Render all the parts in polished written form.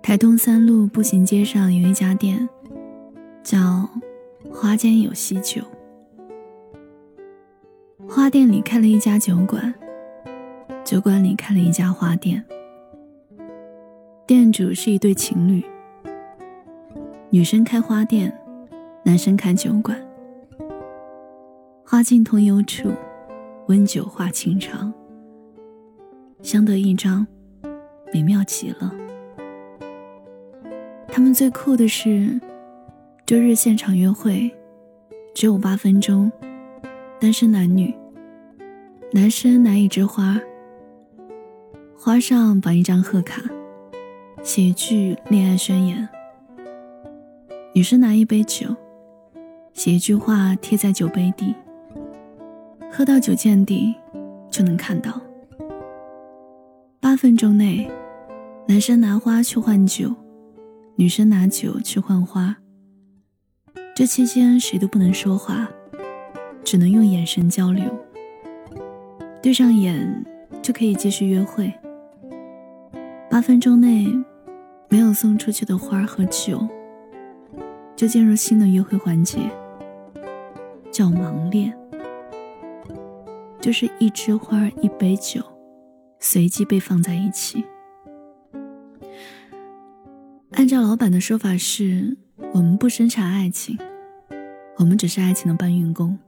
台东3路步行街上有一家店，叫花间有喜酒。花店里开了一家酒馆，酒馆里开了一家花店。店主是一对情侣，女生开花店，男生开酒馆。花径通幽处，温酒话情长，相得益彰，美妙极了。他们最酷的是周日现场约会，只有8分钟，单身男女，男生拿一枝花，花上绑一张贺卡，写一句恋爱宣言。女生拿一杯酒，写一句话贴在酒杯底，喝到酒见底就能看到。8分钟内，男生拿花去换酒，女生拿酒去换花。这期间谁都不能说话，只能用眼神交流，对上眼就可以继续约会。8分钟内没有送出去的花和酒，就进入新的约会环节，叫盲恋，就是一枝花一杯酒随机被放在一起。按照老板的说法是，我们不生产爱情，我们只是爱情的搬运工。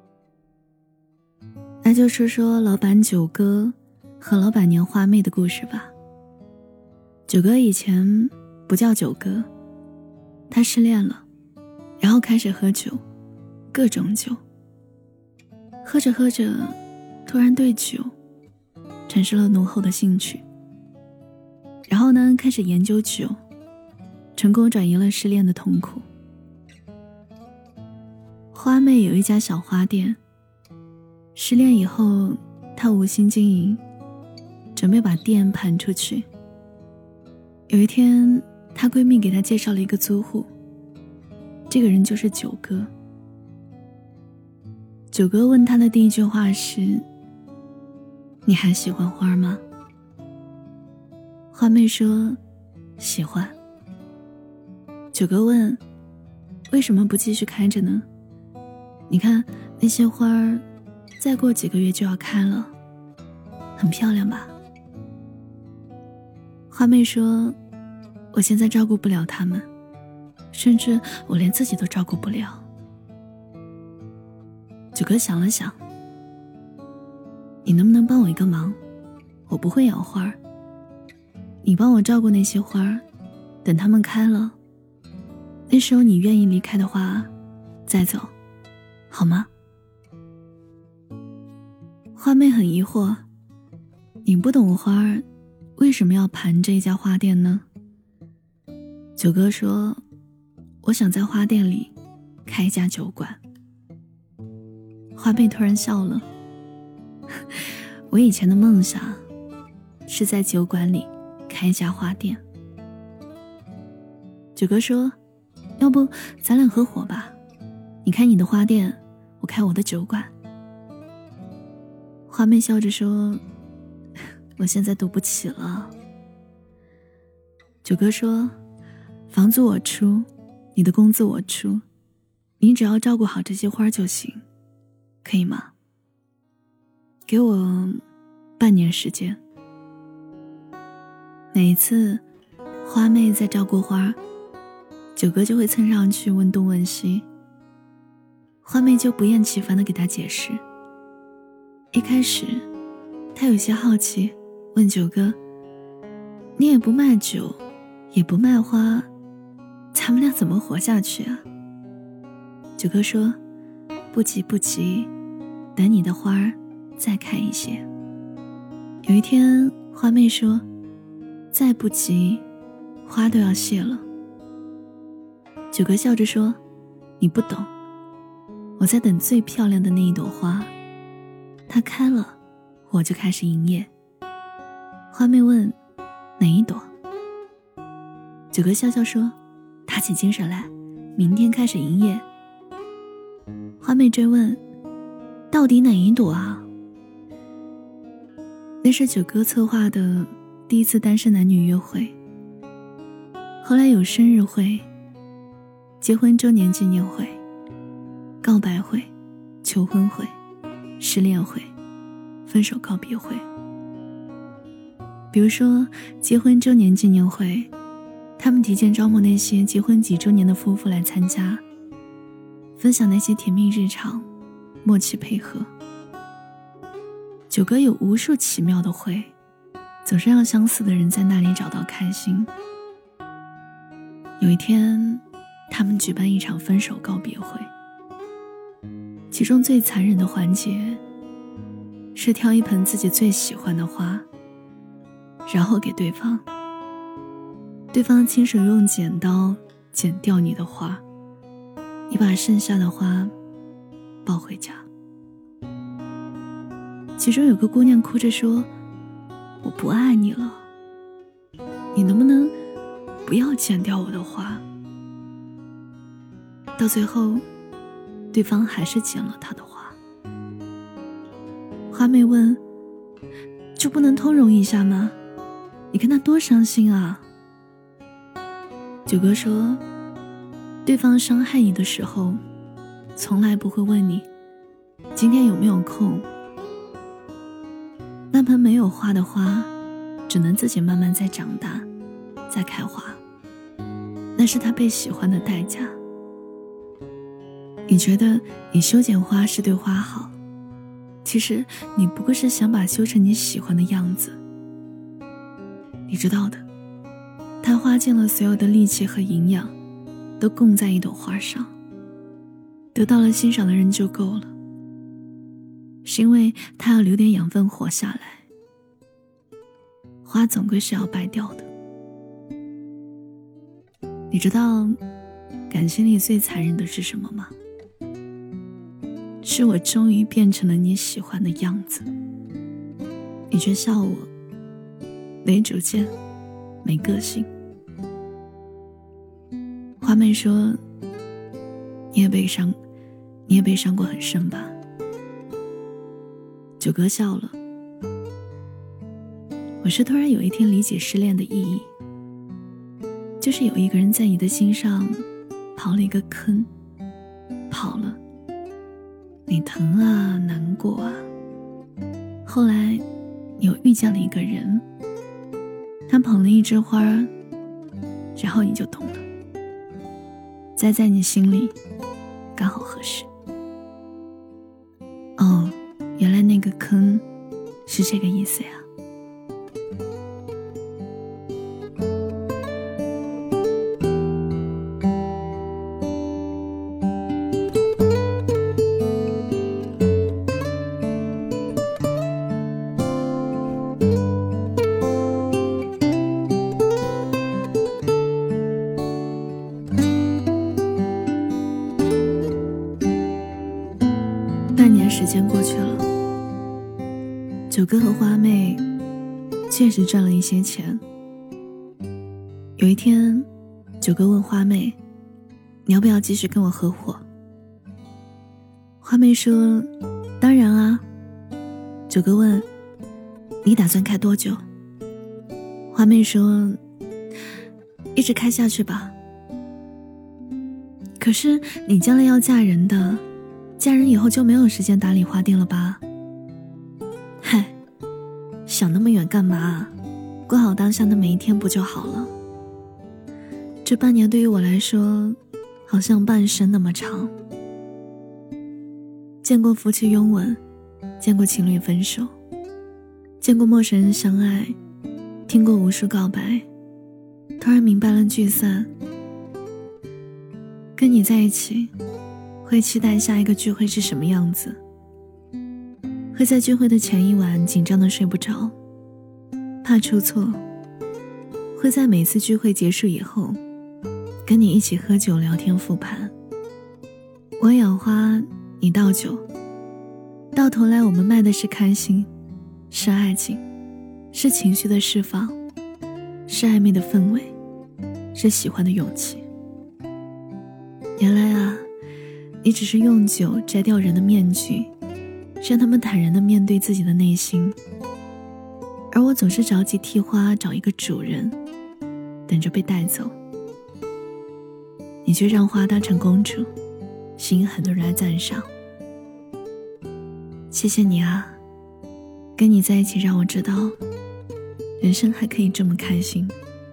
那就说说老板九哥和老板娘花妹的故事吧。九哥以前不叫九哥，他失恋了，然后开始喝酒，各种酒。喝着喝着，突然对酒产生了浓厚的兴趣，然后呢，开始研究酒，成功转移了失恋的痛苦。花妹有一家小花店，失恋以后她无心经营，准备把店盘出去。有一天她闺蜜给她介绍了一个租户，这个人就是九哥。九哥问她的第一句话是：你还喜欢花吗？花妹说喜欢。九哥问为什么不继续开着呢？你看那些花儿再过几个月就要开了，很漂亮吧？花妹说我现在照顾不了它们，甚至我连自己都照顾不了。九哥想了想，你能不能帮我一个忙？我不会养花，你帮我照顾那些花，等它们开了，那时候你愿意离开的话再走，好吗？花妹很疑惑，你不懂花，为什么要盘这一家花店呢？九哥说，我想在花店里开一家酒馆。花妹突然笑了，我以前的梦想是在酒馆里开一家花店。九哥说，要不咱俩合伙吧，你开你的花店，我开我的酒馆。花妹笑着说，我现在读不起了。九哥说，房租我出，你的工资我出，你只要照顾好这些花就行，可以吗？给我半年时间。每一次花妹在照顾花，九哥就会蹭上去问东问西，花妹就不厌其烦地给他解释。一开始他有些好奇，问九哥，你也不卖酒也不卖花，咱们俩怎么活下去啊？九哥说，不急不急，等你的花再开一些。有一天花妹说，再不急花都要谢了。九哥笑着说，你不懂，我在等最漂亮的那一朵花，它开了我就开始营业。花妹问，哪一朵？九哥笑笑说，打起精神来，明天开始营业。花妹追问，到底哪一朵啊？那是九哥策划的第一次单身男女约会。 后来有生日会、结婚周年纪念会、告白会、求婚会、失恋会、分手告别会。比如说结婚周年纪念会，他们提前招募那些结婚几周年的夫妇来参加，分享那些甜蜜日常，默契配合。九哥有无数奇妙的会，总是让相似的人在那里找到开心。有一天，他们举办一场分手告别会，其中最残忍的环节是挑一盆自己最喜欢的花，然后给对方，对方亲手用剪刀剪掉你的花，你把剩下的花抱回家。其中有个姑娘哭着说，我不爱你了，你能不能不要剪掉我的花？到最后，对方还是剪了她的花。花妹问，就不能通融一下吗？你看他多伤心啊。九哥说，对方伤害你的时候，从来不会问你今天有没有空。那盆没有花的花，只能自己慢慢再长大，再开花，那是他被喜欢的代价。你觉得你修剪花是对花好，其实你不过是想把修成你喜欢的样子。你知道的，他花尽了所有的力气和营养，都供在一朵花上，得到了欣赏的人就够了，是因为他要留点养分活下来。花总归是要败掉的。你知道感情里最残忍的是什么吗？是我终于变成了你喜欢的样子，你却笑我没主见，没个性。花妹说，你也被伤过很深吧？九哥笑了。我是突然有一天理解失恋的意义，就是有一个人在你的心上刨了一个坑，跑了，你疼啊，难过啊。后来你又遇见了一个人，他捧了一枝花，然后你就懂了，栽在你心里刚好合适。哦，原来那个坑是这个意思呀。半年时间过去了，九哥和花妹确实赚了一些钱。有一天，九哥问花妹，你要不要继续跟我合伙？花妹说，当然啊。九哥问，你打算开多久？花妹说，一直开下去吧。可是你将来要嫁人的，嫁人以后就没有时间打理花店了吧？嗨，想那么远干嘛？过好当下的每一天不就好了？这半年对于我来说，好像半生那么长。见过夫妻拥吻，见过情侣分手，见过陌生人相爱，听过无数告白，突然明白了聚散。跟你在一起，会期待下一个聚会是什么样子，会在聚会的前一晚紧张的睡不着，怕出错，会在每次聚会结束以后跟你一起喝酒聊天复盘。我养花，你倒酒，到头来我们卖的是开心，是爱情，是情绪的释放，是暧昧的氛围，是喜欢的勇气。原来啊，你只是用酒摘掉人的面具，让他们坦然地面对自己的内心，而我总是着急替花找一个主人，等着被带走。 你却让花当成公主，吸引很多人来赞赏。谢谢你啊，跟你在一起让我知道人生还可以这么开心。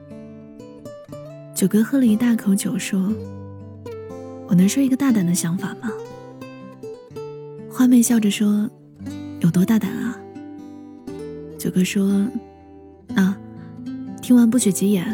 九哥喝了一大口酒说，我能说一个大胆的想法吗？花妹笑着说，有多大胆啊？九哥说，啊，听完不许急眼。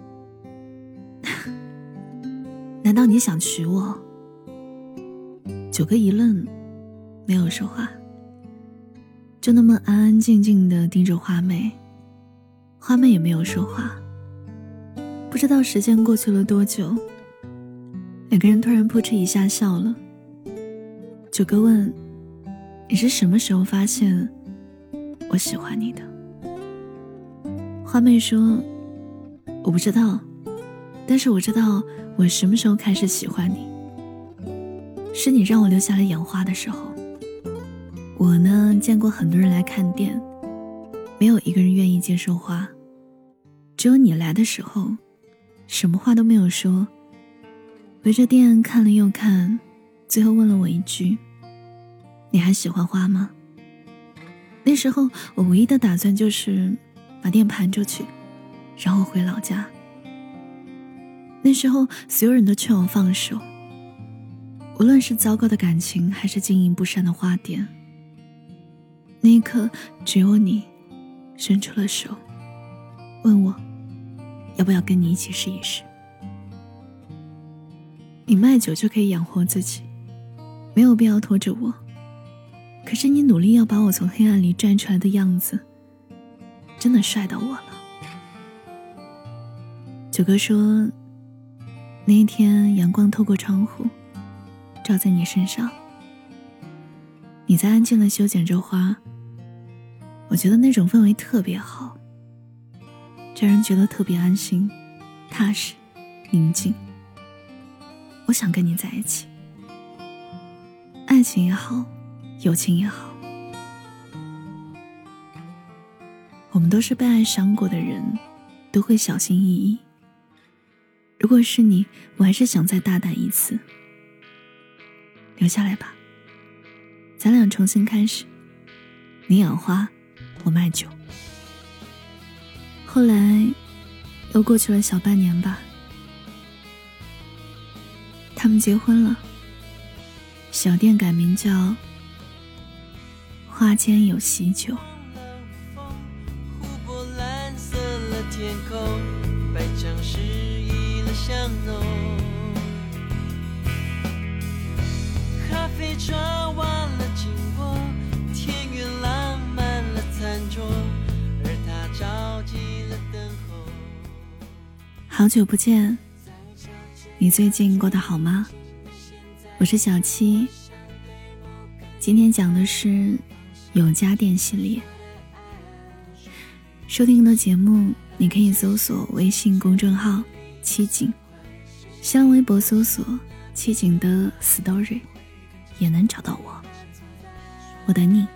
难道你想娶我？九哥一愣，没有说话，就那么安安静静地盯着花妹。花妹也没有说话。不知道时间过去了多久，两个人突然扑哧一下笑了。九哥问，你是什么时候发现我喜欢你的？花妹说，我不知道，但是我知道我什么时候开始喜欢你，是你让我流下了眼花的时候。我呢，见过很多人来看店，没有一个人愿意接受花，只有你来的时候，什么话都没有说，围着店看了又看，最后问了我一句，你还喜欢花吗？那时候我唯一的打算就是把店盘出去，然后回老家。那时候所有人都劝我放手，无论是糟糕的感情还是经营不善的花店，那一刻只有你伸出了手，问我要不要跟你一起试一试。你卖酒就可以养活自己，没有必要拖着我，可是你努力要把我从黑暗里拽出来的样子真的帅到我了。九哥说，那一天阳光透过窗户照在你身上，你在安静地修剪着花，我觉得那种氛围特别好，让人觉得特别安心、踏实、宁静。我想跟你在一起，爱情也好，友情也好，我们都是被爱伤过的人，都会小心翼翼。如果是你，我还是想再大胆一次。留下来吧，咱俩重新开始，你养花，我卖酒。后来又过去了小半年吧，他们结婚了，小店改名叫花间有喜酒。 湖泊蓝色了天空，白墙湿意了香浓，咖啡窗忘了经过，田园浪漫了餐桌，而他着急了等候。 好久不见，你最近过得好吗？我是小七，今天讲的是有家店系列。收听的节目你可以搜索微信公众号七景，新浪微博搜索七景的 story 也能找到我。我等你。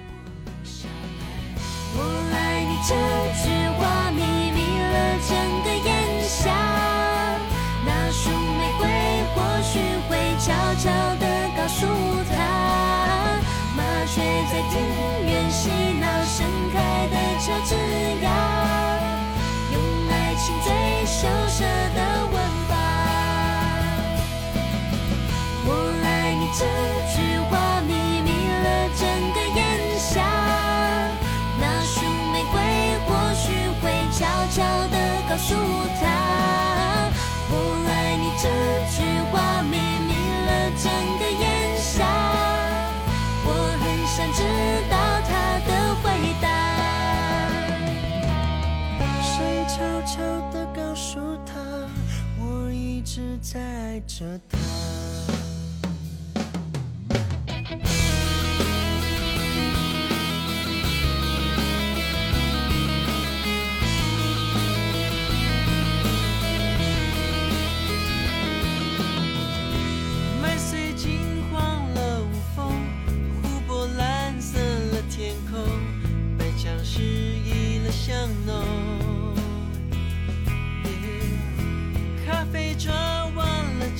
我爱你这句话秘密了整个炎夏，那束玫瑰或许会悄悄地告诉他，麻雀在庭院嬉闹，盛开的乔治亚，用爱情最羞涩的吻吧。我爱你这句话秘密了整个炎夏，那束玫瑰或许会悄悄地告诉他，我爱你这句话秘密了整个炎夏，我很想知道他的回答。 谁悄悄地告诉他，我一直在爱着他。麦穗金黄了无风，湖泊蓝色了天空，白墙湿意了香浓，咖啡窗忘了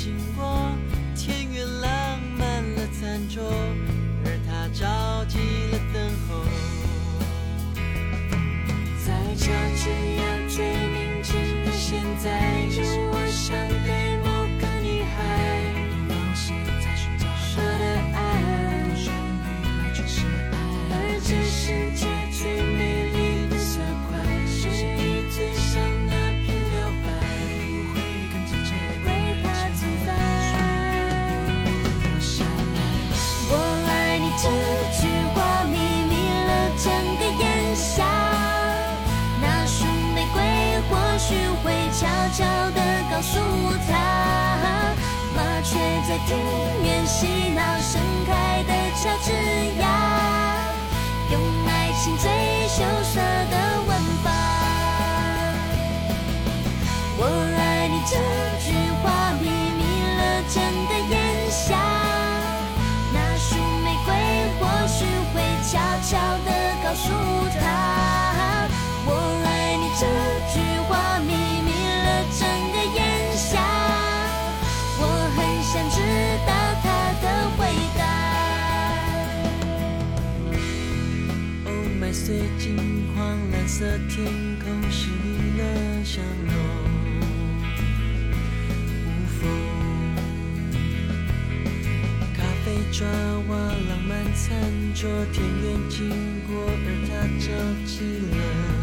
诉他，麻雀在庭院嬉闹，盛开的乔治亚，用爱情最羞涩的吻法。我爱你这句话秘密了整个炎夏，那束玫瑰或许会悄悄地告诉他，我爱你这句话秘密了整个炎夏，我很想知道他的回答。 Oh my 碎金黄蓝色天空是你的降落，无风，咖啡爪哇浪漫餐桌，田园经过，而他着急了。